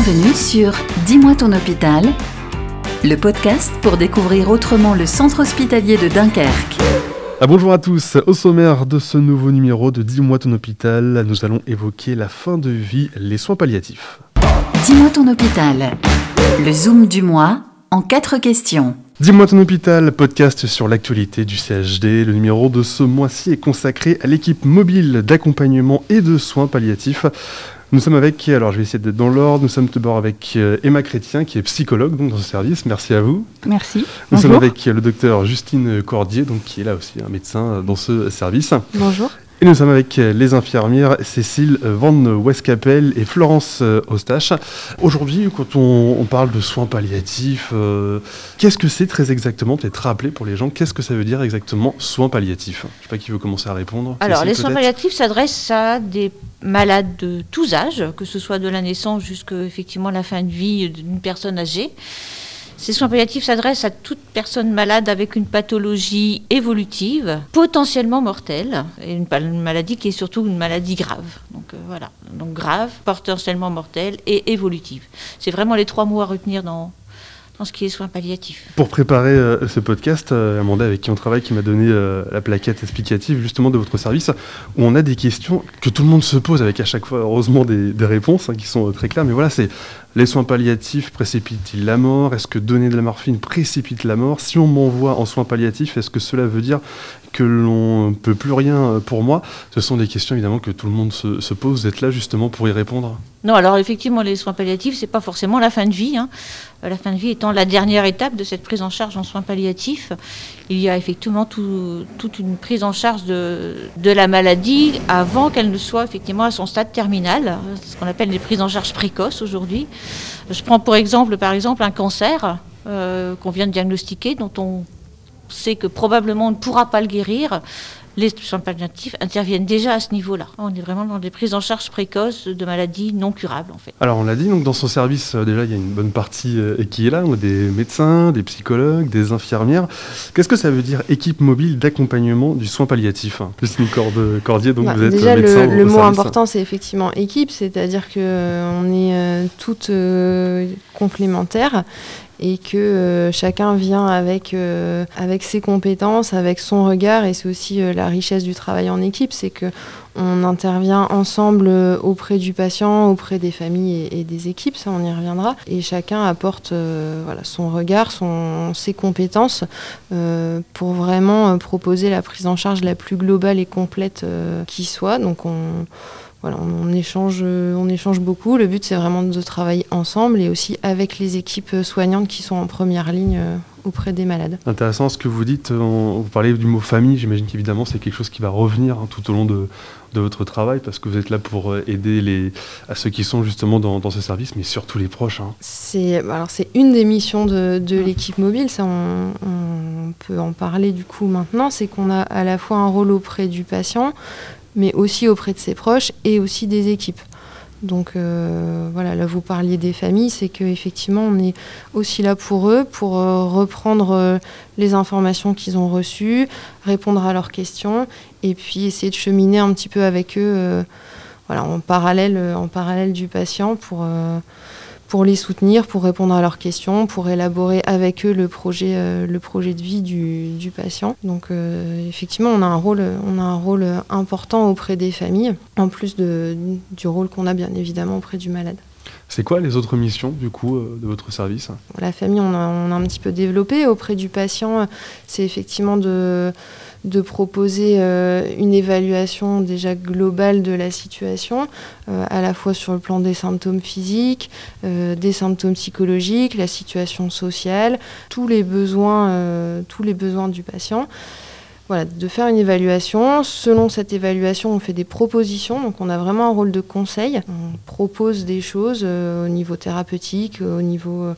Bienvenue sur Dis-moi ton hôpital, le podcast pour découvrir autrement le centre hospitalier de Dunkerque. Bonjour à tous, au sommaire de ce nouveau numéro de Dis-moi ton hôpital, nous allons évoquer la fin de vie, les soins palliatifs. Dis-moi ton hôpital, le zoom du mois en 4 questions. Dis-moi ton hôpital, podcast sur l'actualité du CHD. Le numéro de ce mois-ci est consacré à l'équipe mobile d'accompagnement et de soins palliatifs. Nous sommes avec, alors je vais essayer d'être dans l'ordre, nous sommes d'abord avec Emma Chrétien qui est psychologue donc, dans ce service, merci à vous. Merci. Nous sommes avec le docteur Justine Cordier, donc, qui est là aussi, un médecin dans ce service. Bonjour. Et nous sommes avec les infirmières Cécile Van Westkapelle et Florence Eustache. Aujourd'hui, quand on parle de soins palliatifs, qu'est-ce que c'est très exactement? Peut-être rappeler pour les gens, qu'est-ce que ça veut dire exactement soins palliatifs? Je ne sais pas qui veut commencer à répondre. Alors, Cécile, les soins palliatifs s'adressent à des malades de tous âges, que ce soit de la naissance jusqu'à effectivement la fin de vie d'une personne âgée. Ces soins palliatifs s'adressent à toute personne malade avec une pathologie évolutive, potentiellement mortelle, et une maladie qui est surtout une maladie grave. Donc voilà, donc grave, potentiellement mortelle et évolutive. C'est vraiment les 3 mots à retenir dans ce qui est soins palliatifs. Pour préparer ce podcast, Amanda, avec qui on travaille, qui m'a donné la plaquette explicative justement de votre service, où on a des questions que tout le monde se pose avec à chaque fois, heureusement, des réponses qui sont très claires. Mais voilà, c'est les soins palliatifs précipitent-ils la mort? Est-ce que donner de la morphine précipite la mort? Si on m'envoie en soins palliatifs, est-ce que cela veut dire que l'on ne peut plus rien pour moi? Ce sont des questions évidemment que tout le monde se pose. Vous êtes là justement pour y répondre? Non, alors effectivement, les soins palliatifs, c'est pas forcément la fin de vie. La fin de vie étant la dernière étape de cette prise en charge en soins palliatifs. Il y a effectivement toute une prise en charge de la maladie avant qu'elle ne soit effectivement à son stade terminal, ce qu'on appelle les prises en charge précoces aujourd'hui. Je prends par exemple un cancer qu'on vient de diagnostiquer, dont on sait que probablement on ne pourra pas le guérir. Les soins palliatifs interviennent déjà à ce niveau-là. On est vraiment dans des prises en charge précoces de maladies non curables, en fait. Alors, on l'a dit, donc dans son service, déjà, il y a une bonne partie qui est là. On a des médecins, des psychologues, des infirmières. Qu'est-ce que ça veut dire, équipe mobile d'accompagnement du soin palliatif? Justine Cordier, donc vous êtes déjà, médecin le au mot service. important, c'est effectivement équipe, c'est-à-dire qu'on est toutes complémentaires. Et que chacun vient avec ses compétences, avec son regard, et c'est aussi la richesse du travail en équipe, c'est qu'on intervient ensemble auprès du patient, auprès des familles et des équipes, ça on y reviendra, et chacun apporte son regard, ses compétences pour vraiment proposer la prise en charge la plus globale et complète qui soit. Donc on échange beaucoup. Le but, c'est vraiment de travailler ensemble et aussi avec les équipes soignantes qui sont en première ligne auprès des malades. Intéressant ce que vous dites. Vous parlez du mot famille. J'imagine qu'évidemment, c'est quelque chose qui va revenir tout au long de votre travail parce que vous êtes là pour aider à ceux qui sont justement dans ce service, mais surtout les proches. C'est une des missions de l'équipe mobile. Ça, on peut en parler du coup maintenant. C'est qu'on a à la fois un rôle auprès du patient, mais aussi auprès de ses proches et aussi des équipes. Donc là vous parliez des familles, c'est qu'effectivement on est aussi là pour eux, pour reprendre les informations qu'ils ont reçues, répondre à leurs questions, et puis essayer de cheminer un petit peu avec eux en parallèle du patient pour les soutenir, pour répondre à leurs questions, pour élaborer avec eux le projet de vie du patient. Donc effectivement, on a un rôle important auprès des familles, en plus du rôle qu'on a bien évidemment auprès du malade. C'est quoi les autres missions du coup de votre service? La famille, on a un petit peu développé. Auprès du patient, c'est effectivement de proposer une évaluation déjà globale de la situation, à la fois sur le plan des symptômes physiques, des symptômes psychologiques, la situation sociale, tous les besoins du patient. Voilà, de faire une évaluation. Selon cette évaluation, on fait des propositions. Donc, on a vraiment un rôle de conseil. On propose des choses au niveau thérapeutique, au niveau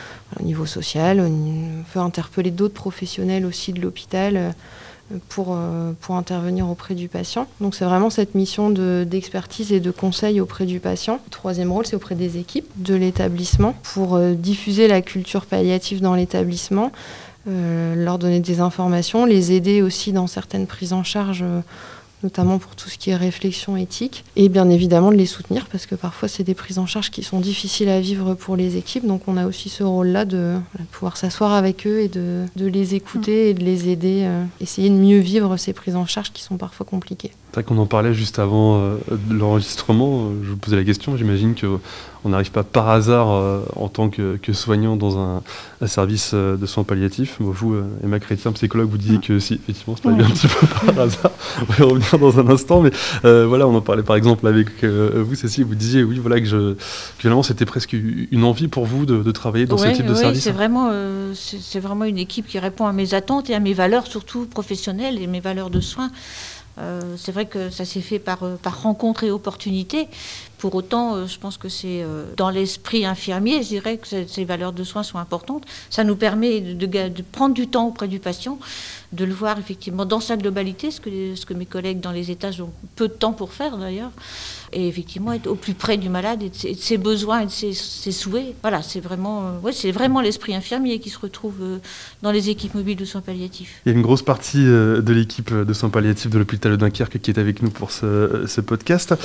social. On peut interpeller d'autres professionnels aussi de l'hôpital pour intervenir auprès du patient. Donc, c'est vraiment cette mission d'expertise et de conseil auprès du patient. Le troisième rôle, c'est auprès des équipes de l'établissement pour diffuser la culture palliative dans l'établissement. Leur donner des informations, les aider aussi dans certaines prises en charge notamment pour tout ce qui est réflexion éthique, et bien évidemment de les soutenir, parce que parfois c'est des prises en charge qui sont difficiles à vivre pour les équipes, donc on a aussi ce rôle-là de pouvoir s'asseoir avec eux et de les écouter et de les aider, essayer de mieux vivre ces prises en charge qui sont parfois compliquées. C'est vrai qu'on en parlait juste avant de l'enregistrement, je vous posais la question, j'imagine qu'on n'arrive pas par hasard en tant que soignant dans un service de soins palliatifs. Vous, Emma Chrétien, psychologue, vous disiez que si, effectivement, c'est pas un petit peu par hasard. On va y revenir dans un instant, mais voilà, on en parlait par exemple avec vous, Cécile, vous disiez oui, voilà, que finalement c'était presque une envie pour vous de travailler dans ce type de service. C'est vraiment une équipe qui répond à mes attentes et à mes valeurs, surtout professionnelles et mes valeurs de soins. C'est vrai que ça s'est fait par rencontre et opportunité. Pour autant, je pense que c'est dans l'esprit infirmier, je dirais que ces valeurs de soins sont importantes. Ça nous permet de prendre du temps auprès du patient, de le voir effectivement dans sa globalité, ce que mes collègues dans les étages ont peu de temps pour faire d'ailleurs, et effectivement être au plus près du malade et de ses besoins et de ses souhaits. Voilà, c'est vraiment l'esprit infirmier qui se retrouve dans les équipes mobiles de soins palliatifs. Il y a une grosse partie de l'équipe de soins palliatifs de l'hôpital de Dunkerque qui est avec nous pour ce podcast.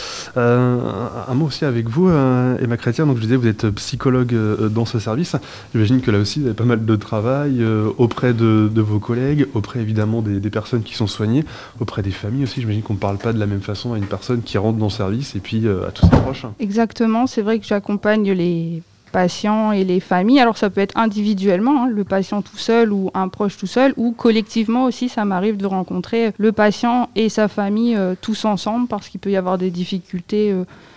Un mot aussi avec vous, Emma Chrétien. Donc je disais, vous êtes psychologue dans ce service. J'imagine que là aussi, vous avez pas mal de travail auprès de vos collègues, auprès évidemment des personnes qui sont soignées, auprès des familles aussi. J'imagine qu'on ne parle pas de la même façon à une personne qui rentre dans le service et puis à tous ses proches. Exactement, c'est vrai que j'accompagne les patients et les familles. Alors ça peut être individuellement, le patient tout seul ou un proche tout seul, ou collectivement aussi, ça m'arrive de rencontrer le patient et sa famille tous ensemble, parce qu'il peut y avoir des difficultés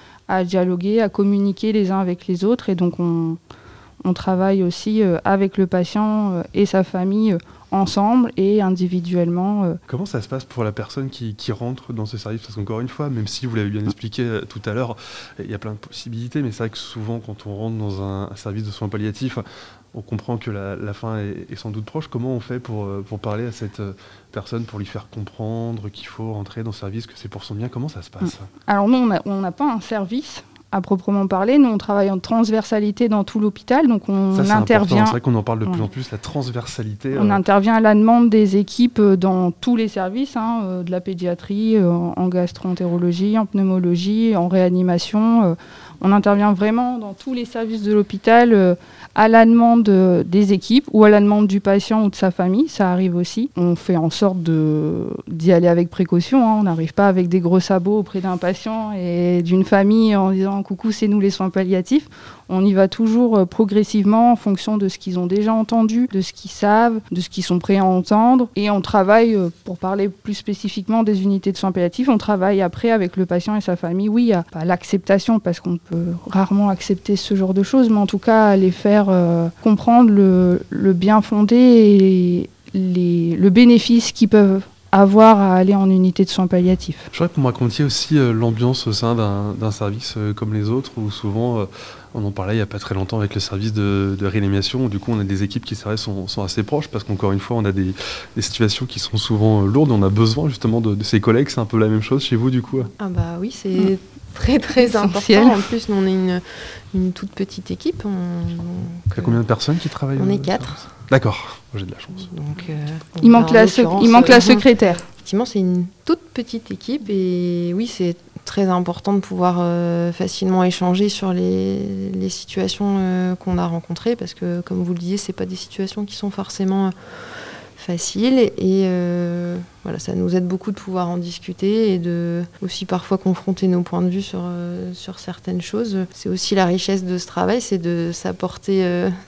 à dialoguer, à communiquer les uns avec les autres, et donc on travaille aussi avec le patient et sa famille ensemble et individuellement. Comment ça se passe pour la personne qui rentre dans ce service? Parce qu'encore une fois, même si vous l'avez bien expliqué tout à l'heure, il y a plein de possibilités, mais c'est vrai que souvent quand on rentre dans un service de soins palliatifs, on comprend que la fin est sans doute proche. Comment on fait pour parler à cette personne, pour lui faire comprendre qu'il faut rentrer dans ce service, que c'est pour son bien? Comment ça se passe? Alors nous, on n'a pas un service à proprement parler. Nous, on travaille en transversalité dans tout l'hôpital, donc on intervient. C'est vrai qu'on en parle de plus en plus, la transversalité. On intervient à la demande des équipes dans tous les services, de la pédiatrie, en gastro-entérologie, en pneumologie, en réanimation. On intervient vraiment dans tous les services de l'hôpital à la demande des équipes ou à la demande du patient ou de sa famille, ça arrive aussi. On fait en sorte d'y aller avec précaution. On n'arrive pas avec des gros sabots auprès d'un patient et d'une famille en disant « coucou, c'est nous les soins palliatifs ». On y va toujours progressivement en fonction de ce qu'ils ont déjà entendu, de ce qu'ils savent, de ce qu'ils sont prêts à entendre. Et on travaille, pour parler plus spécifiquement des unités de soins palliatifs, on travaille après avec le patient et sa famille. Oui, à l'acceptation, parce qu'on peut rarement accepter ce genre de choses, mais en tout cas à les faire comprendre le bien fondé et le bénéfice qu'ils peuvent avoir à aller en unité de soins palliatifs. Je voudrais que vous me racontiez aussi l'ambiance au sein d'un service comme les autres, où souvent, on en parlait il n'y a pas très longtemps avec le service de réanimation, où du coup on a des équipes qui sont assez proches, parce qu'encore une fois on a des situations qui sont souvent lourdes, on a besoin justement de ses collègues. C'est un peu la même chose chez vous du coup? Ah bah oui, c'est très très important. En plus, nous, on est une toute petite équipe. Il y a combien de personnes qui travaillent? On est 4. D'accord, j'ai de la chance. Donc, il manque la secrétaire. Effectivement, c'est une toute petite équipe et oui, c'est très important de pouvoir facilement échanger sur les situations qu'on a rencontrées, parce que, comme vous le disiez, c'est pas des situations qui sont forcément faciles et voilà, ça nous aide beaucoup de pouvoir en discuter et de aussi parfois confronter nos points de vue sur certaines choses. C'est aussi la richesse de ce travail, c'est de s'apporter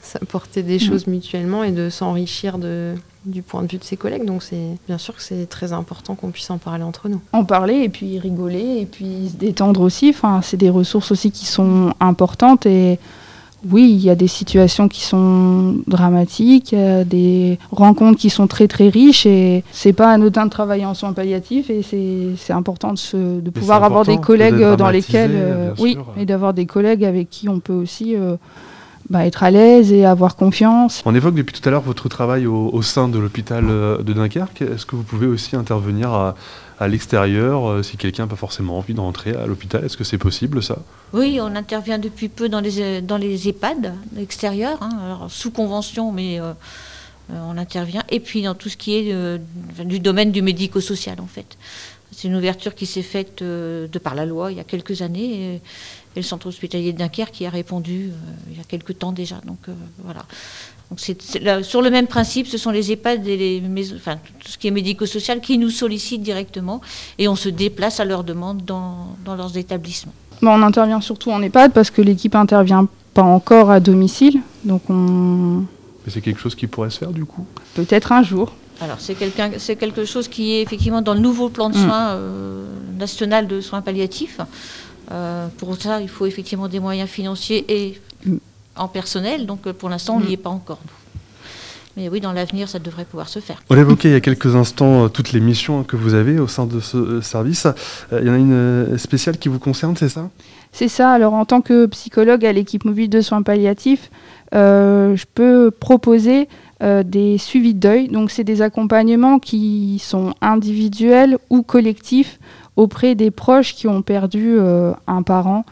des choses mutuellement et de s'enrichir du point de vue de ses collègues. Donc bien sûr que c'est très important qu'on puisse en parler entre nous. En parler et puis rigoler et puis se détendre aussi. Enfin, c'est des ressources aussi qui sont importantes et oui, il y a des situations qui sont dramatiques, des rencontres qui sont très très riches et c'est pas anodin de travailler en soins palliatifs et c'est important de pouvoir avoir des collègues dans lesquels et d'avoir des collègues avec qui on peut aussi être à l'aise et avoir confiance. On évoque depuis tout à l'heure votre travail au sein de l'hôpital de Dunkerque. Est-ce que vous pouvez aussi intervenir à l'extérieur, si quelqu'un n'a pas forcément envie de rentrer à l'hôpital? Est-ce que c'est possible, ça? Oui, on intervient depuis peu dans les EHPAD extérieurs, alors sous convention, mais on intervient. Et puis dans tout ce qui est du domaine du médico-social, en fait. C'est une ouverture qui s'est faite de par la loi il y a quelques années, et le centre hospitalier de Dunkerque qui a répondu il y a quelques temps déjà. Donc voilà. Donc sur le même principe, ce sont les EHPAD et les maisons, enfin tout ce qui est médico-social qui nous sollicitent directement, et on se déplace à leur demande dans leurs établissements. On intervient surtout en EHPAD parce que l'équipe intervient pas encore à domicile, donc Mais c'est quelque chose qui pourrait se faire du coup ? Peut-être un jour. Alors c'est quelque chose qui est effectivement dans le nouveau plan de soins national de soins palliatifs. Pour ça, il faut effectivement des moyens financiers et en personnel. Donc pour l'instant, on n'y est pas encore. Mais oui, dans l'avenir, ça devrait pouvoir se faire. On évoquait il y a quelques instants toutes les missions que vous avez au sein de ce service. Il y en a une spéciale qui vous concerne, c'est ça ? C'est ça. Alors en tant que psychologue à l'équipe mobile de soins palliatifs, je peux proposer des suivis de deuil. Donc c'est des accompagnements qui sont individuels ou collectifs auprès des proches qui ont perdu un parent,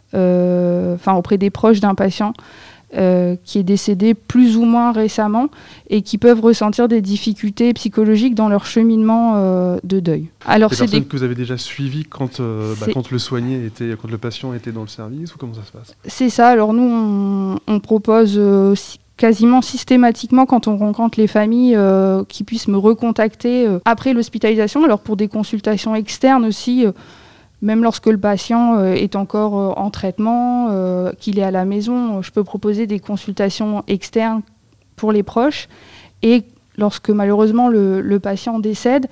auprès des proches d'un patient qui est décédé plus ou moins récemment et qui peuvent ressentir des difficultés psychologiques dans leur cheminement de deuil. Alors, c'est des personnes que vous avez déjà suivies quand le patient était dans le service, ou comment ça se passe ? C'est ça. Alors nous, on propose quasiment systématiquement, quand on rencontre les familles, qui puissent me recontacter après l'hospitalisation. Alors pour des consultations externes aussi, même lorsque le patient est encore en traitement, qu'il est à la maison, je peux proposer des consultations externes pour les proches. Et lorsque malheureusement le patient décède,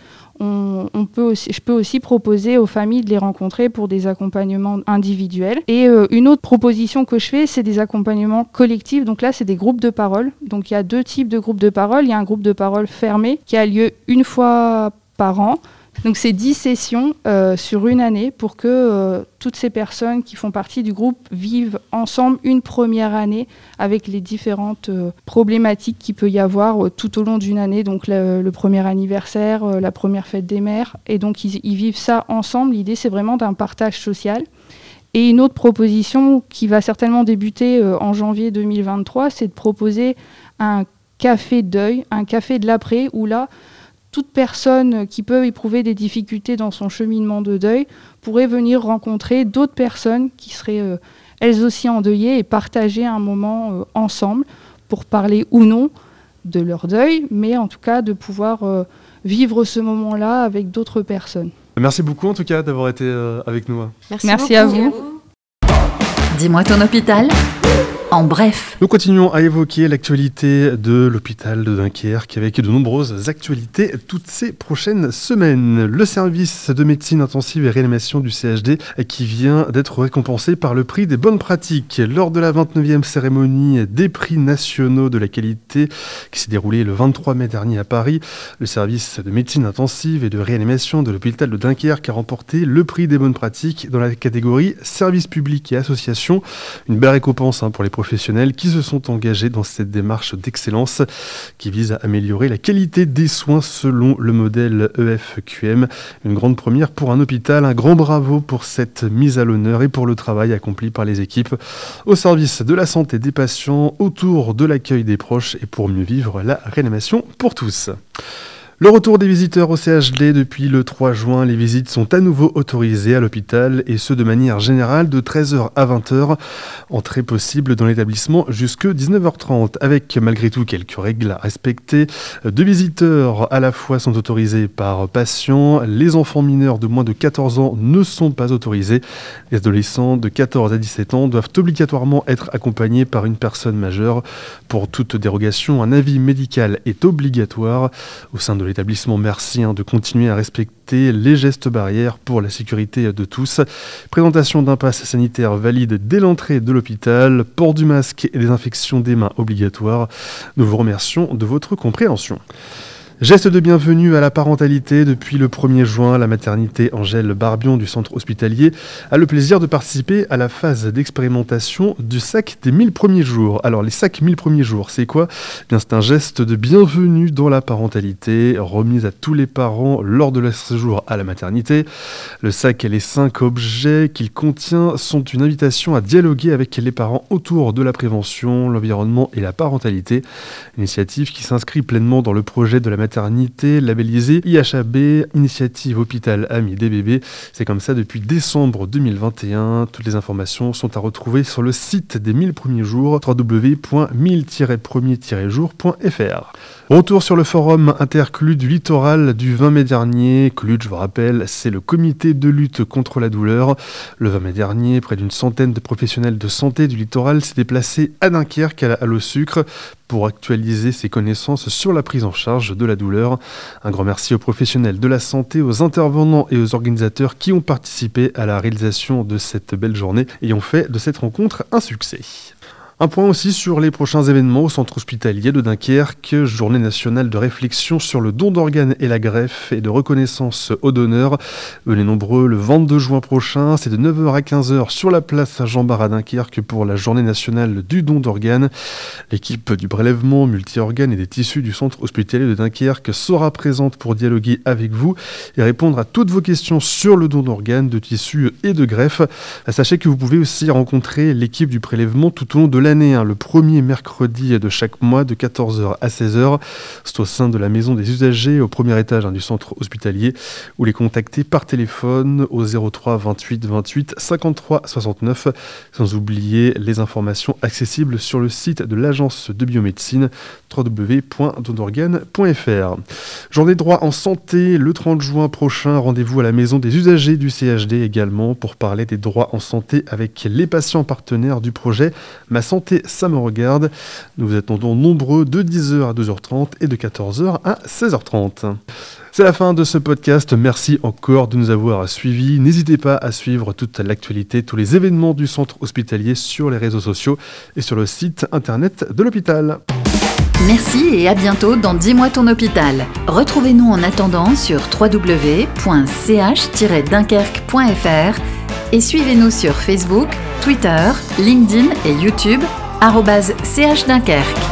je peux aussi proposer aux familles de les rencontrer pour des accompagnements individuels. Et une autre proposition que je fais, c'est des accompagnements collectifs. Donc là, c'est des groupes de parole. Donc il y a 2 types de groupes de parole. Il y a un groupe de parole fermé qui a lieu une fois par an. Donc c'est 10 sessions sur une année pour que toutes ces personnes qui font partie du groupe vivent ensemble une première année avec les différentes problématiques qu'il peut y avoir tout au long d'une année. Donc le premier anniversaire, la première fête des mères. Et donc ils vivent ça ensemble. L'idée, c'est vraiment d'un partage social. Et une autre proposition qui va certainement débuter en janvier 2023, c'est de proposer un café deuil, un café de l'après, où là, toute personne qui peut éprouver des difficultés dans son cheminement de deuil pourrait venir rencontrer d'autres personnes qui seraient elles aussi endeuillées et partager un moment ensemble pour parler ou non de leur deuil, mais en tout cas de pouvoir vivre ce moment-là avec d'autres personnes. Merci beaucoup en tout cas d'avoir été avec nous. Merci à vous. Dis-moi ton hôpital. En bref. Nous continuons à évoquer l'actualité de l'hôpital de Dunkerque avec de nombreuses actualités toutes ces prochaines semaines. Le service de médecine intensive et réanimation du CHD qui vient d'être récompensé par le prix des bonnes pratiques lors de la 29e cérémonie des prix nationaux de la qualité qui s'est déroulée le 23 mai dernier à Paris. Le service de médecine intensive et de réanimation de l'hôpital de Dunkerque a remporté le prix des bonnes pratiques dans la catégorie service public et association. Une belle récompense pour les professionnels qui se sont engagés dans cette démarche d'excellence qui vise à améliorer la qualité des soins selon le modèle EFQM. Une grande première pour un hôpital. Un grand bravo pour cette mise à l'honneur et pour le travail accompli par les équipes au service de la santé des patients, autour de l'accueil des proches et pour mieux vivre la réanimation pour tous. Le retour des visiteurs au CHD depuis le 3 juin, les visites sont à nouveau autorisées à l'hôpital et ce de manière générale de 13h à 20h. Entrée possible dans l'établissement jusque 19h30 avec malgré tout quelques règles à respecter. 2 visiteurs à la fois sont autorisés par patient. Les enfants mineurs de moins de 14 ans ne sont pas autorisés. Les adolescents de 14 à 17 ans doivent obligatoirement être accompagnés par une personne majeure. Pour toute dérogation, un avis médical est obligatoire. Au sein de l'établissement, merci de continuer à respecter les gestes barrières pour la sécurité de tous. Présentation d'un pass sanitaire valide dès l'entrée de l'hôpital, port du masque et désinfection des mains obligatoire. Nous vous remercions de votre compréhension. Geste de bienvenue à la parentalité. Depuis le 1er juin, la maternité Angèle Barbion du centre hospitalier a le plaisir de participer à la phase d'expérimentation du sac des 1000 premiers jours. Alors les sacs 1000 premiers jours, c'est quoi ? Bien, c'est un geste de bienvenue dans la parentalité remis à tous les parents lors de leur séjour à la maternité. Le sac et les 5 objets qu'il contient sont une invitation à dialoguer avec les parents autour de la prévention, l'environnement et la parentalité. Une initiative qui s'inscrit pleinement dans le projet de la maternité maternité labellisé IHAB, Initiative Hôpital Ami des bébés. C'est comme ça depuis décembre 2021. Toutes les informations sont à retrouver sur le site des 1000 premiers jours, www.1000-premiers-jours.fr. Retour sur le forum interclud du littoral du 20 mai dernier. CLUD, je vous rappelle, c'est le comité de lutte contre la douleur. Le 20 mai dernier, près d'une centaine de professionnels de santé du littoral s'est déplacé à Dunkerque, à la Halle au Sucre, pour actualiser ses connaissances sur la prise en charge de la douleur. Un grand merci aux professionnels de la santé, aux intervenants et aux organisateurs qui ont participé à la réalisation de cette belle journée et ont fait de cette rencontre un succès. Un point aussi sur les prochains événements au centre hospitalier de Dunkerque, journée nationale de réflexion sur le don d'organes et la greffe et de reconnaissance aux donneurs. Venez nombreux le 22 juin prochain, c'est de 9h à 15h sur la place Jean-Bart à Dunkerque pour la journée nationale du don d'organes. L'équipe du prélèvement multi-organes et des tissus du centre hospitalier de Dunkerque sera présente pour dialoguer avec vous et répondre à toutes vos questions sur le don d'organes, de tissus et de greffe. Sachez que vous pouvez aussi rencontrer l'équipe du prélèvement tout au long de l'année, le premier mercredi de chaque mois de 14h à 16h. C'est au sein de la maison des usagers au premier étage du centre hospitalier, ou les contacter par téléphone au 03 28 28 53 69, sans oublier les informations accessibles sur le site de l'agence de biomédecine www.dondorganes.fr. Journée droit en santé le 30 juin prochain, rendez-vous à la maison des usagers du CHD également pour parler des droits en santé avec les patients partenaires du projet Ma Santé ça me regarde. Nous vous attendons nombreux de 10h à 12h30 et de 14h à 16h30. C'est la fin de ce podcast. Merci encore de nous avoir suivis. N'hésitez pas à suivre toute l'actualité, tous les événements du centre hospitalier sur les réseaux sociaux et sur le site internet de l'hôpital. Merci et à bientôt dans 10 mois ton hôpital. Retrouvez-nous en attendant sur www.ch-dunkerque.fr et suivez-nous sur Facebook, Twitter, LinkedIn et YouTube @CH Dunkerque.